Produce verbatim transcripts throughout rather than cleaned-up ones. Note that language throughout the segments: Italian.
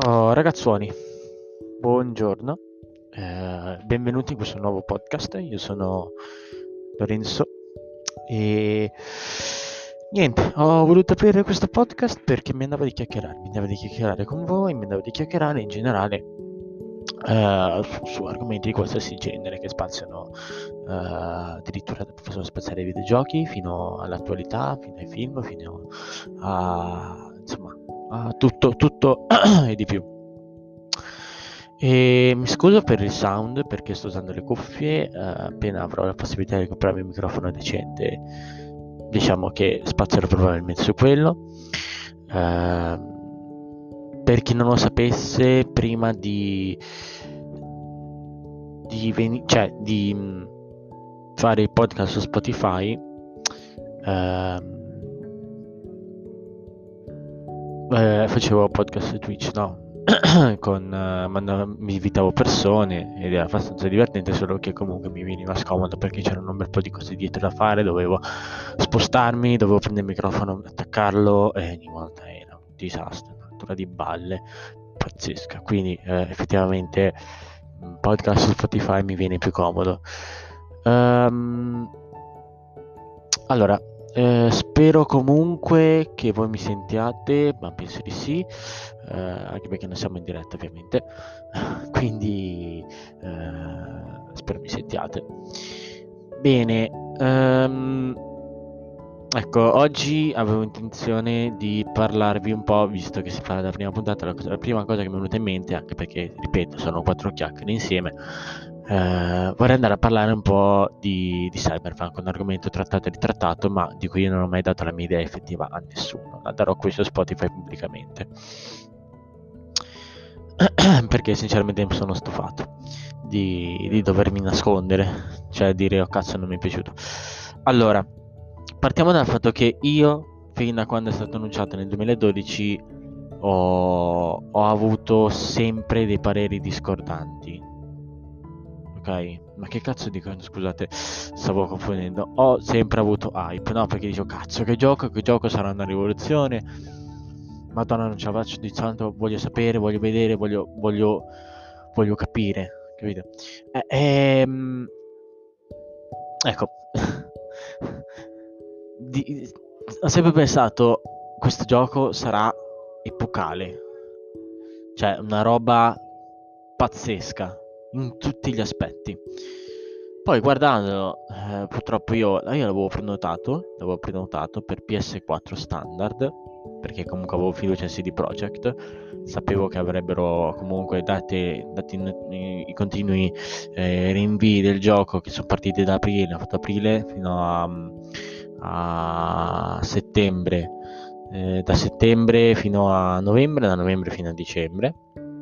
Oh, ragazzuoli, buongiorno, eh, benvenuti in questo nuovo podcast. Io sono Lorenzo e niente, ho voluto aprire questo podcast perché mi andava di chiacchierare, mi andava di chiacchierare con voi, mi andava di chiacchierare in generale eh, su, su argomenti di qualsiasi genere che spaziano, eh, addirittura possono spaziare ai videogiochi fino all'attualità, fino ai film, fino a insomma a tutto, tutto e di più. E mi scuso per il sound perché sto usando le cuffie, eh, appena avrò la possibilità di comprarmi un microfono decente, diciamo che spazierò probabilmente su quello. Eh, per chi non lo sapesse, prima di di, veni- cioè, di mh, fare il podcast su Spotify, ehm, eh, facevo podcast su Twitch, no? con eh, manda- mi invitavo persone ed era abbastanza divertente, solo che comunque mi veniva scomodo perché c'erano un bel po' di cose dietro da fare, dovevo spostarmi, dovevo prendere il microfono, attaccarlo e ogni volta era un disastro, una rottura di balle pazzesca. Quindi eh, effettivamente un podcast su Spotify mi viene più comodo. Ehm, allora, eh, spero comunque che voi mi sentiate, ma penso di sì, eh, anche perché non siamo in diretta ovviamente, quindi eh, spero mi sentiate. Bene, ehm, ecco, oggi avevo intenzione di parlarvi un po', visto che si parla della prima puntata, la, cosa- la prima cosa che mi è venuta in mente, anche perché, ripeto, sono quattro chiacchiere insieme, eh, vorrei andare a parlare un po' di, di Cyberpunk, un argomento trattato e ritrattato, ma di cui io non ho mai dato la mia idea effettiva a nessuno. La darò qui su Spotify pubblicamente. Perché sinceramente mi sono stufato di, di dovermi nascondere, cioè dire oh cazzo non mi è piaciuto. Allora, partiamo dal fatto che io, fin da quando è stato annunciato nel duemiladodici, ho, ho avuto sempre dei pareri discordanti. Ok? Ma che cazzo dico? Scusate, stavo confondendo. Ho sempre avuto hype, no? Perché dicevo cazzo che gioco, che gioco sarà una rivoluzione. Madonna, non ce la faccio di tanto, voglio sapere, voglio vedere, voglio, voglio, voglio capire, capito? Eh, ehm, ecco, di- ho sempre pensato questo gioco sarà epocale, cioè una roba pazzesca in tutti gli aspetti. Poi guardando, eh, purtroppo io, io l'avevo prenotato, l'avevo prenotato per P S quattro standard, perché comunque avevo fiducia in C D Projekt, sapevo che avrebbero comunque date, dati i, i continui eh, rinvii del gioco che sono partiti da aprile, hanno fatto aprile fino a, a settembre, eh, da settembre fino a novembre, da novembre fino a dicembre.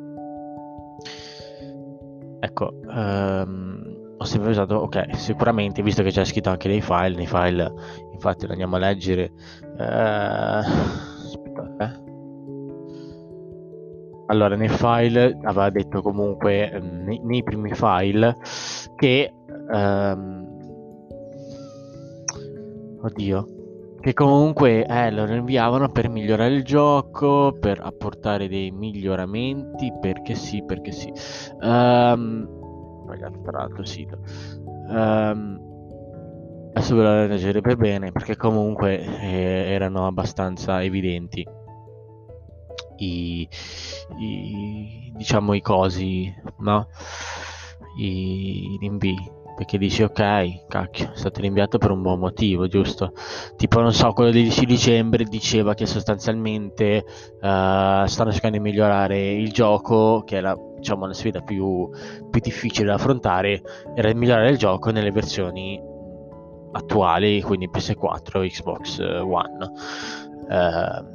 Ecco, ehm, ho sempre pensato, ok, sicuramente, visto che c'è scritto anche nei file, nei file, infatti lo andiamo a leggere, eh, aspetta, eh. Allora, nei file aveva detto comunque, ehm, nei, nei primi file, che, ehm, oddio, che comunque eh, lo rinviavano per migliorare il gioco, per apportare dei miglioramenti, perché sì, perché sì. Ehm, ho sbagliato tra l'altro il sito. Ehm, adesso ve lo leggere per bene, perché comunque eh, erano abbastanza evidenti i, i diciamo i cosi, no? I rinvii. Perché dici ok, cacchio, è stato rinviato per un buon motivo, giusto? Tipo, non so, quello del dieci dicembre diceva che sostanzialmente eh, stanno cercando di migliorare il gioco, che è la, diciamo, la sfida più, più difficile da affrontare, era di migliorare il gioco nelle versioni attuali, quindi P S quattro e Xbox One. Eh,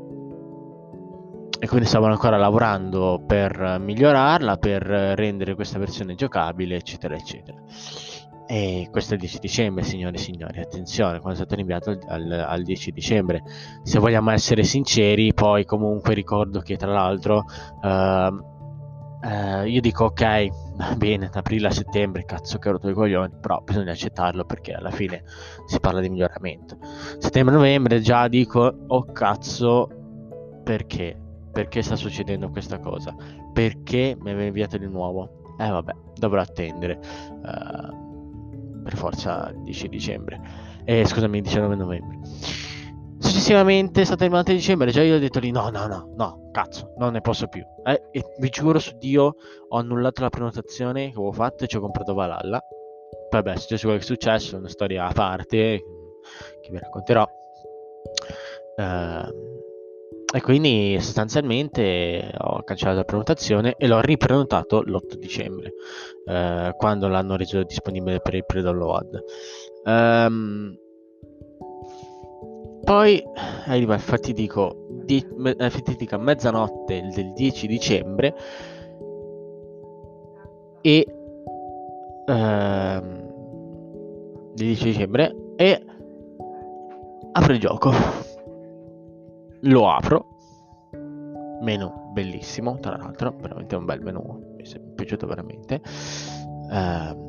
e quindi stavano ancora lavorando per migliorarla, per rendere questa versione giocabile, eccetera, eccetera. E questo è il dieci dicembre, signore e signori, attenzione, quando è stato rinviato al, al, al dieci dicembre. Se vogliamo essere sinceri, poi comunque ricordo che tra l'altro eh, eh, io dico ok, va bene, da aprile a settembre, cazzo che ho rotto i coglioni, però bisogna accettarlo perché alla fine si parla di miglioramento. Settembre-novembre già dico, oh cazzo, perché? perché sta succedendo questa cosa, perché mi aveva inviato di nuovo. Eh vabbè, dovrò attendere uh, per forza il dieci dicembre, eh, scusami, il diciannove novembre. Successivamente è stato il nove dicembre, già io ho detto lì no no no no cazzo, non ne posso più, eh, e vi giuro su Dio ho annullato la prenotazione che avevo fatto e ci ho comprato Valhalla. Vabbè, è successo quello che è successo, è una storia a parte che vi racconterò. Uh, e quindi sostanzialmente ho cancellato la prenotazione e l'ho riprenotato l'otto dicembre, uh, quando l'hanno reso disponibile per il pre-download. Um, poi arriva il fatidico, di, la fatidica mezzanotte del dieci dicembre e uh, dieci dicembre e apro il gioco, lo apro, menu bellissimo, tra l'altro veramente un bel menu, mi è piaciuto veramente, uh,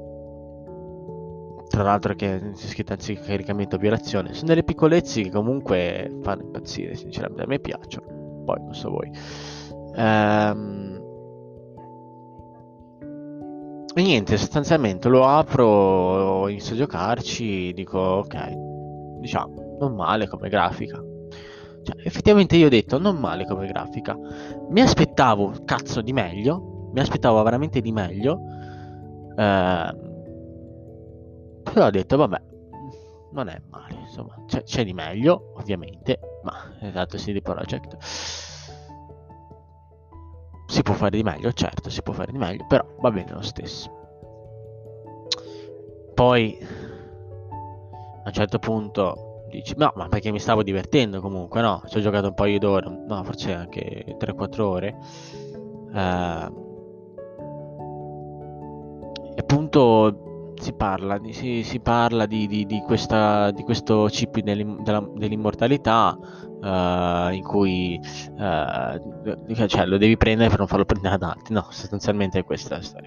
tra l'altro che si scritta anziché caricamento violazione, sono delle piccolezze che comunque fanno impazzire, sinceramente a me piacciono, poi non so voi. Um, e niente, sostanzialmente lo apro, inizio a giocarci, dico ok, diciamo non male come grafica, cioè effettivamente io ho detto non male come grafica, mi aspettavo cazzo di meglio, mi aspettavo veramente di meglio, eh, però ho detto vabbè, non è male, insomma c'è, c'è di meglio ovviamente, ma esatto, C D Projekt si può fare di meglio, certo si può fare di meglio, però va bene lo stesso. Poi a un certo punto dici no, ma perché mi stavo divertendo comunque, no? Ci ho giocato un paio d'ore, no, forse anche tre quattro ore, eh, e appunto si parla, si, si parla di, di, di, questa, di questo chip dell'im, della, dell'immortalità, uh, in cui uh, cioè, lo devi prendere per non farlo prendere ad altri, no, sostanzialmente è questa la storia.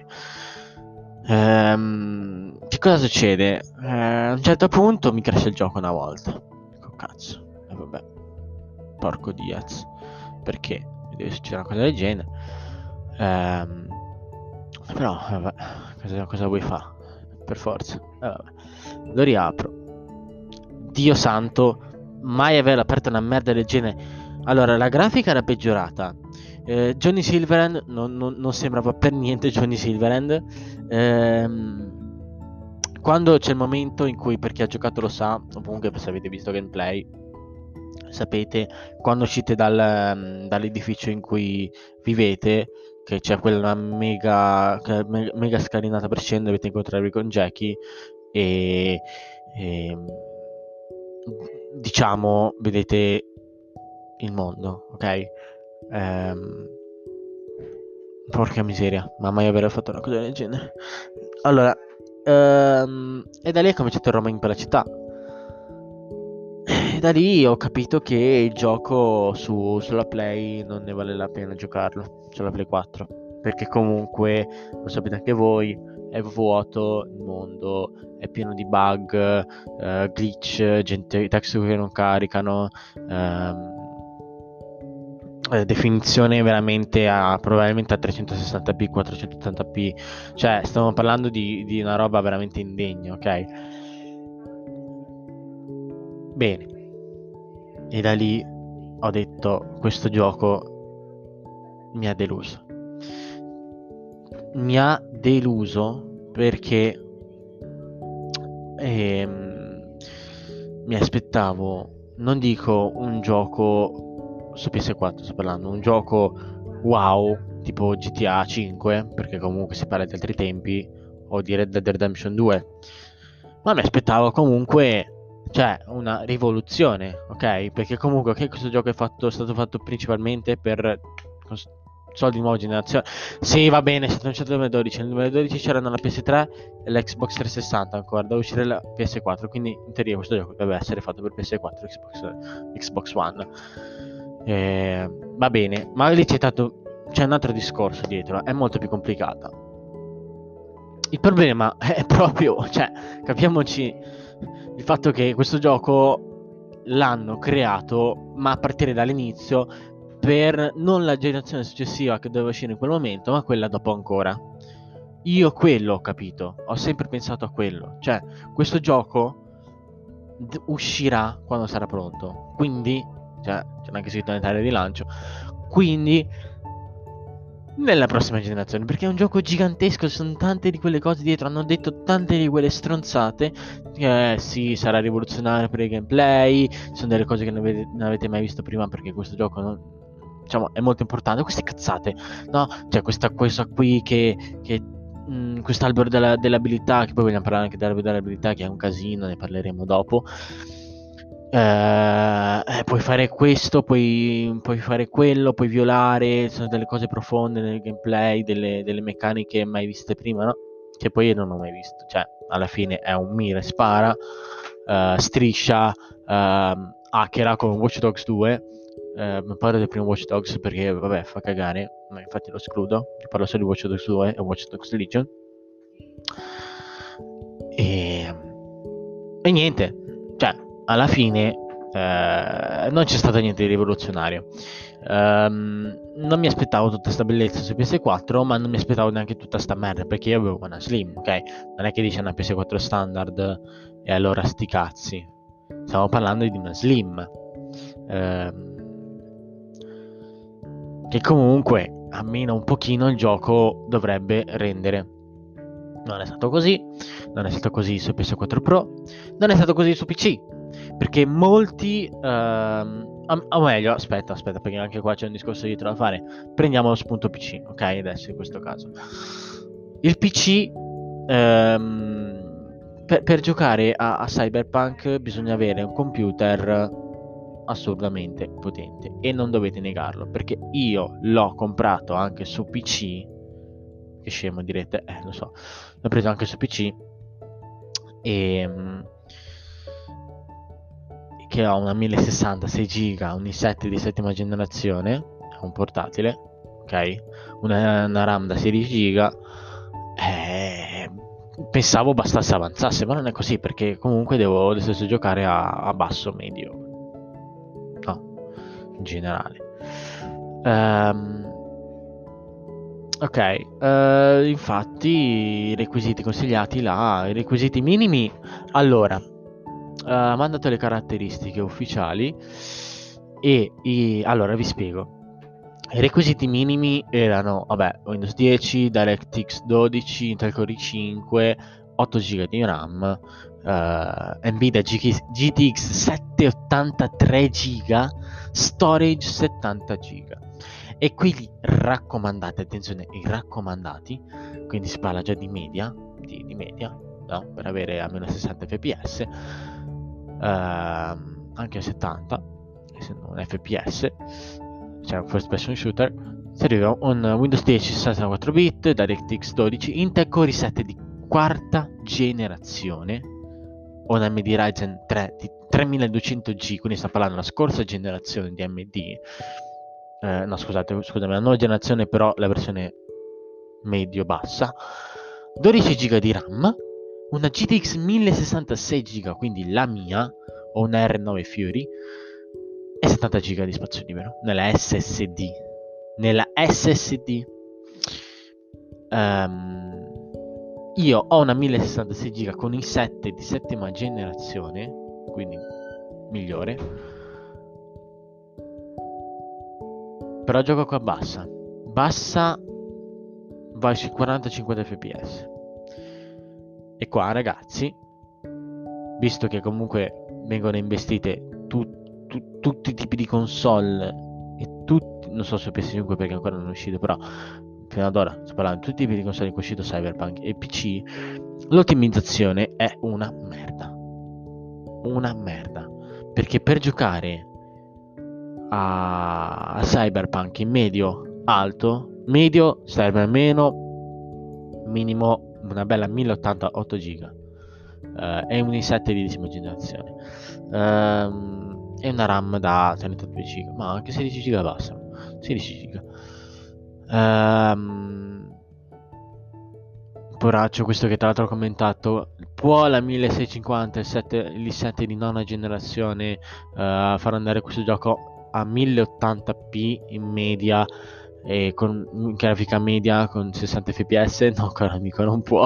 Um, che cosa succede? Uh, a un certo punto mi cresce il gioco una volta, dico cazzo, e eh, vabbè, porco Diaz, perché deve succedere una cosa del genere. Um, però vabbè, cosa, cosa vuoi fare? Per forza, eh, vabbè. Lo riapro, Dio santo, mai aver aperto una merda del genere. Allora, la grafica era peggiorata, eh, Johnny Silverhand non, non, non sembrava per niente Johnny Silverhand, ehm, quando c'è il momento in cui, per chi ha giocato lo sa, o comunque se avete visto gameplay sapete, quando uscite dal, dall'edificio in cui vivete, che c'è quella mega, mega scalinata per scendere, dovete incontrarvi con Jackie e, e diciamo vedete il mondo, ok? Ehm, porca miseria, ma mai aver fatto una cosa del genere. Allora, ehm, e da lì è cominciato il roaming per la città. E da lì ho capito che il gioco su, sulla Play non ne vale la pena giocarlo, sulla Play quattro, perché comunque, lo sapete anche voi, è vuoto il mondo, è pieno di bug, eh, glitch, gente, texture che non caricano, ehm, eh, definizione veramente a probabilmente a trecentosessanta p, quattrocentottanta p, cioè stiamo parlando di, di una roba veramente indegna, ok? Bene, e da lì ho detto questo gioco mi ha deluso, mi ha deluso perché ehm, mi aspettavo, non dico un gioco su P S quattro, sto parlando un gioco wow tipo G T A cinque, perché comunque si parla di altri tempi, o di Red Dead Redemption due, ma mi aspettavo comunque, cioè, una rivoluzione, ok? Perché comunque che questo gioco è fatto, è stato fatto principalmente per cons- soldi di nuova generazione. Sì, va bene, è stato annunciato nel duemiladodici, nel duemiladodici c'erano la P S tre e l'Xbox trecentosessanta ancora, da uscire la P S quattro, quindi in teoria questo gioco deve essere fatto per P S quattro e Xbox, Xbox One. Eh, va bene, ma lì c'è stato, c'è un altro discorso dietro, è molto più complicata. Il problema è proprio, cioè, capiamoci, il fatto che questo gioco l'hanno creato, ma a partire dall'inizio, per non la generazione successiva che doveva uscire in quel momento, ma quella dopo ancora. Io quello ho capito, ho sempre pensato a quello, cioè questo gioco d- uscirà quando sarà pronto, quindi, cioè, c'è anche scritto nel taglio di lancio, quindi nella prossima generazione, perché è un gioco gigantesco, ci sono tante di quelle cose dietro, hanno detto tante di quelle stronzate, che eh, sì, sarà rivoluzionario per il gameplay, sono delle cose che non avete, non avete mai visto prima, perché questo gioco non, diciamo, è molto importante, queste cazzate, no? Cioè questa, questa qui che, che mh, quest'albero della, dell'abilità, che poi vogliamo parlare anche dell'albero dell'abilità, che è un casino, ne parleremo dopo. Eh, eh, puoi fare questo, puoi, puoi fare quello, puoi violare, sono delle cose profonde nel gameplay, delle, delle meccaniche mai viste prima, no? Che poi io non ho mai visto, cioè alla fine è un mira e spara, eh, striscia, ehm, hackera come Watch Dogs due. Eh, non parlo del primo Watch Dogs perché vabbè fa cagare, ma infatti lo escludo, io parlo solo di Watch Dogs due e Watch Dogs Legion. E, e niente, cioè alla fine eh, non c'è stato niente di rivoluzionario. Ehm, non mi aspettavo tutta sta bellezza su P S quattro, ma non mi aspettavo neanche tutta sta merda, perché io avevo una Slim, ok? Non è che dice una P S quattro standard e allora sti cazzi. Stiamo parlando di una Slim. Ehm, che comunque, almeno un pochino, il gioco dovrebbe rendere. Non è stato così, non è stato così su P S quattro Pro, non è stato così su P C, perché molti, ehm, o meglio, aspetta, aspetta, perché anche qua c'è un discorso dietro da fare. Prendiamo lo spunto P C, ok? Adesso in questo caso. Il P C, ehm, per, per giocare a, a Cyberpunk bisogna avere un computer assurdamente potente e non dovete negarlo, perché io l'ho comprato anche su P C. Che scemo, direte, eh lo so, l'ho preso anche su P C e che ho una mille sessanta sei giga, un i sette di settima generazione, è un portatile, ok, una, una RAM da sedici giga. eh, pensavo bastasse avanzasse, ma non è così, perché comunque devo adesso giocare a, a basso medio, no, in generale. ehm Ok, eh, infatti i requisiti consigliati là, i requisiti minimi. Allora, eh, mi hanno dato le caratteristiche ufficiali e i, allora vi spiego. I requisiti minimi erano, vabbè, Windows dieci, DirectX dodici, Intel Core i cinque, otto giga di RAM, eh, Nvidia G T X settecentoottantatré giga, storage settanta giga. E quelli raccomandati, attenzione, i raccomandati, quindi si parla già di media, di, di media, no? Per avere almeno sessanta fps, ehm, anche settanta, essendo un F P S, cioè un first person shooter. Serviva un Windows dieci sessantaquattro bit, DirectX dodici, Intel Core i sette di quarta generazione, o una A M D Ryzen tre di tremiladuecento G, quindi sta parlando della scorsa generazione di A M D. Eh, no, scusate, scusami, la nuova generazione, però la versione medio-bassa, dodici giga di RAM, una G T X mille sessantasei giga, quindi la mia, o una R nove Fury, e settanta giga di spazio libero nella S S D. Nella S S D. Um, io ho una mille sessantasei giga con i sette di settima generazione, quindi migliore. Però gioco qua bassa. Bassa vai sui quaranta cinquanta fps. E qua, ragazzi, visto che comunque vengono investite tu, tu, tutti i tipi di console e tutti, non so se P S cinque perché ancora non è uscito, però fino ad ora sto parlando di tutti i tipi di console in cui è uscito Cyberpunk e P C, l'ottimizzazione è una merda. Una merda. Perché per giocare a, a Cyberpunk in medio alto, medio serve almeno minimo una bella mille ottanta otto giga, uh, e un i sette di decima generazione, um, e una RAM da trentadue giga, ma anche sedici giga bastano, sedici giga. Um, poraccio questo che tra l'altro ho commentato, può la milleseicentoscinquanta, il, sette, il i sette di nona generazione uh, far andare questo gioco a mille ottanta p in media e con in grafica media con sessanta fps, no caro amico, non può.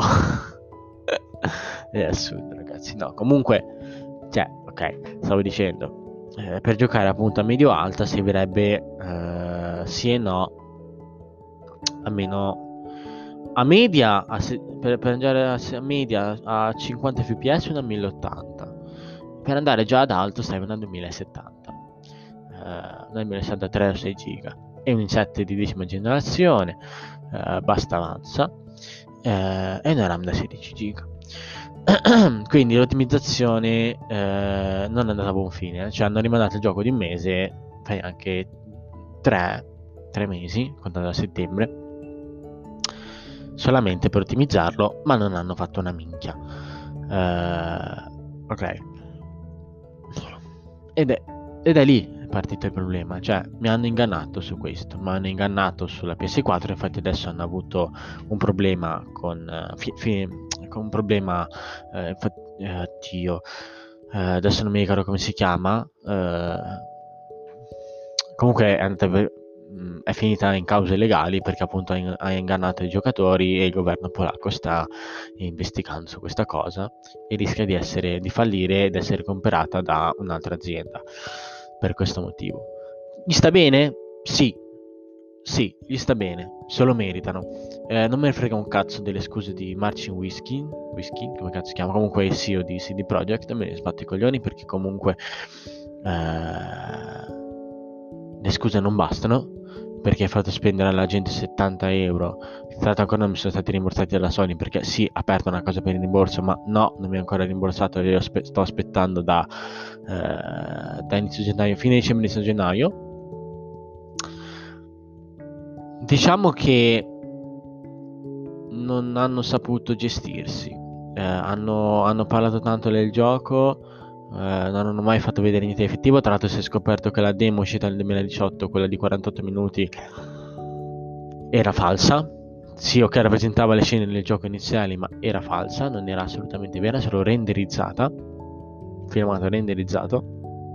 È assurdo, ragazzi. No, comunque, cioè, ok, stavo dicendo, eh, per giocare appunto a medio alta servirebbe eh, sì e no, almeno a media a se- per, per andare a, se- a media a cinquanta fps una mille ottanta. Per andare già ad alto stai andando mille settanta, eh, una mille settantatré o sei giga, e un i sette di decima generazione, eh, basta avanza, eh, e una RAM da sedici giga. Quindi l'ottimizzazione eh, non è andata a buon fine, eh. Cioè hanno rimandato il gioco di un mese, fai anche tre, tre mesi, contando da settembre, solamente per ottimizzarlo, ma non hanno fatto una minchia. Uh, ok. Ed è, ed è lì partito il problema, cioè mi hanno ingannato su questo, mi hanno ingannato sulla P S quattro, infatti adesso hanno avuto un problema con, uh, fi, fi, con un problema, uh, infatti, uh, Dio, uh, adesso non mi ricordo come si chiama, uh, comunque è andata per, è finita in cause legali perché appunto ha ingannato i giocatori e il governo polacco sta investigando su questa cosa e rischia di essere di fallire ed essere comprata da un'altra azienda per questo motivo. Gli sta bene? Sì, sì, gli sta bene, se lo meritano. Eh, non me ne frega un cazzo delle scuse di Marcin Whisky, Whisky, come cazzo si chiama, comunque il C E O di C D Projekt, me ne sbatto i coglioni perché comunque eh, le scuse non bastano, perché hai fatto spendere alla gente settanta euro, tra l'altro ancora non mi sono stati rimborsati dalla Sony, perché sì, ha aperto una cosa per il rimborso, ma no, non mi ha ancora rimborsato, io aspe- sto aspettando da, eh, da inizio gennaio, fine dicembre, inizio gennaio. Diciamo che non hanno saputo gestirsi, eh, hanno, hanno parlato tanto del gioco, eh, non hanno mai fatto vedere niente di effettivo. Tra l'altro si è scoperto che la demo uscita nel duemiladiciotto, quella di quarantotto minuti, era falsa. Sì, ok, rappresentava le scene del gioco iniziali, ma era falsa, non era assolutamente vera, solo renderizzata, filmato renderizzato.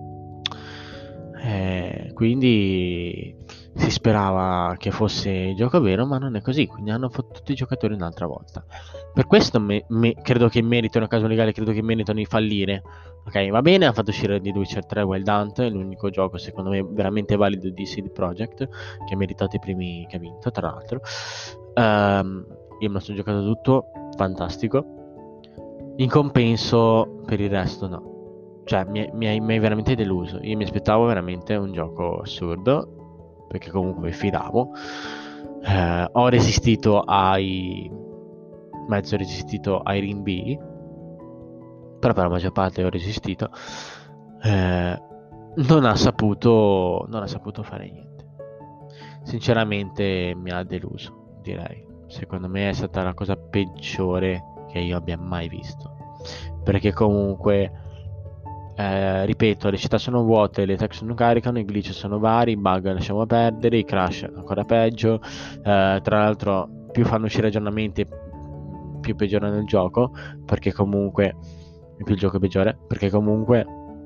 Eh, quindi si sperava che fosse il gioco vero, ma non è così, quindi hanno fottuto i giocatori un'altra volta. Per questo me, me, credo che meritano, a caso legale, credo che meritano di fallire. Ok, va bene, hanno fatto uscire The Witcher tre Wild Hunt, è l'unico gioco secondo me veramente valido di C D Projekt, che ha meritato i primi che ha vinto, tra l'altro. Um, io me lo sono giocato tutto, fantastico. In compenso per il resto no. Cioè mi, mi, hai, mi hai veramente deluso. Io mi aspettavo veramente un gioco assurdo, perché comunque mi fidavo. Eh, ho resistito ai mezzo resistito ai rinvii, però per la maggior parte ho resistito. Eh, non ha saputo non ha saputo fare niente. Sinceramente mi ha deluso, direi. Secondo me è stata la cosa peggiore che io abbia mai visto, perché comunque eh, ripeto, le città sono vuote, le text non caricano, i glitch sono vari, i bug lasciamo perdere, i crash ancora peggio. Eh, tra l'altro più fanno uscire aggiornamenti più peggiorano il gioco, perché comunque più il gioco è peggiore, perché comunque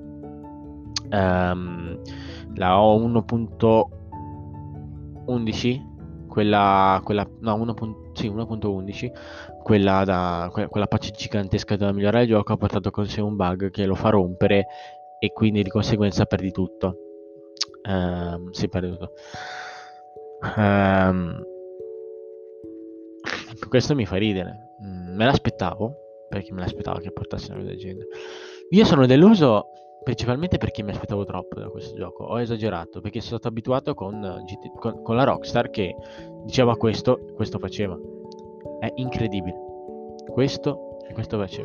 ehm, la O uno punto undici, quella, quella no uno, sì, uno punto undici, quella da que- quella patch gigantesca da migliorare il gioco ha portato con sé un bug che lo fa rompere e quindi di conseguenza perdi tutto. Ehm, si perde tutto. Ehm, questo mi fa ridere. Mm, me l'aspettavo, perché me l'aspettavo che portasse una cosa del genere. Io sono deluso principalmente perché mi aspettavo troppo da questo gioco. Ho esagerato perché sono stato abituato con, G T, con, con la Rockstar che diceva questo e questo faceva. È incredibile. Questo e questo faceva.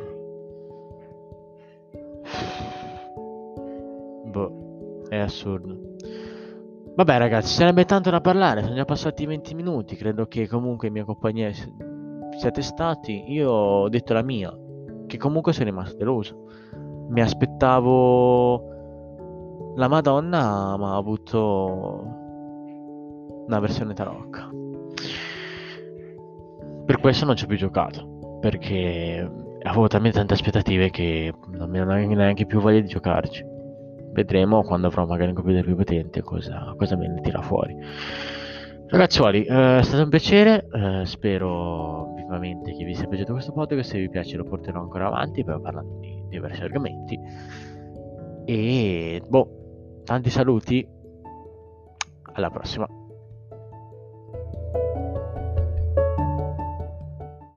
Boh, è assurdo. Vabbè ragazzi, sarebbe tanto da parlare, sono già passati venti minuti, credo che comunque in mia compagnia siete stati, io ho detto la mia, che comunque sono rimasto deluso. Mi aspettavo la Madonna, ma ho avuto una versione tarocca. Per questo non ci ho più giocato, perché avevo talmente tante aspettative che non mi avevo neanche più voglia di giocarci. vedremo quando avrò magari un computer più potente cosa, cosa me ne tira fuori. Ragazzuoli, eh, è stato un piacere, eh, spero vivamente che vi sia piaciuto questo podcast, se vi piace lo porterò ancora avanti, poi parlando di diversi argomenti. E boh, tanti saluti, alla prossima.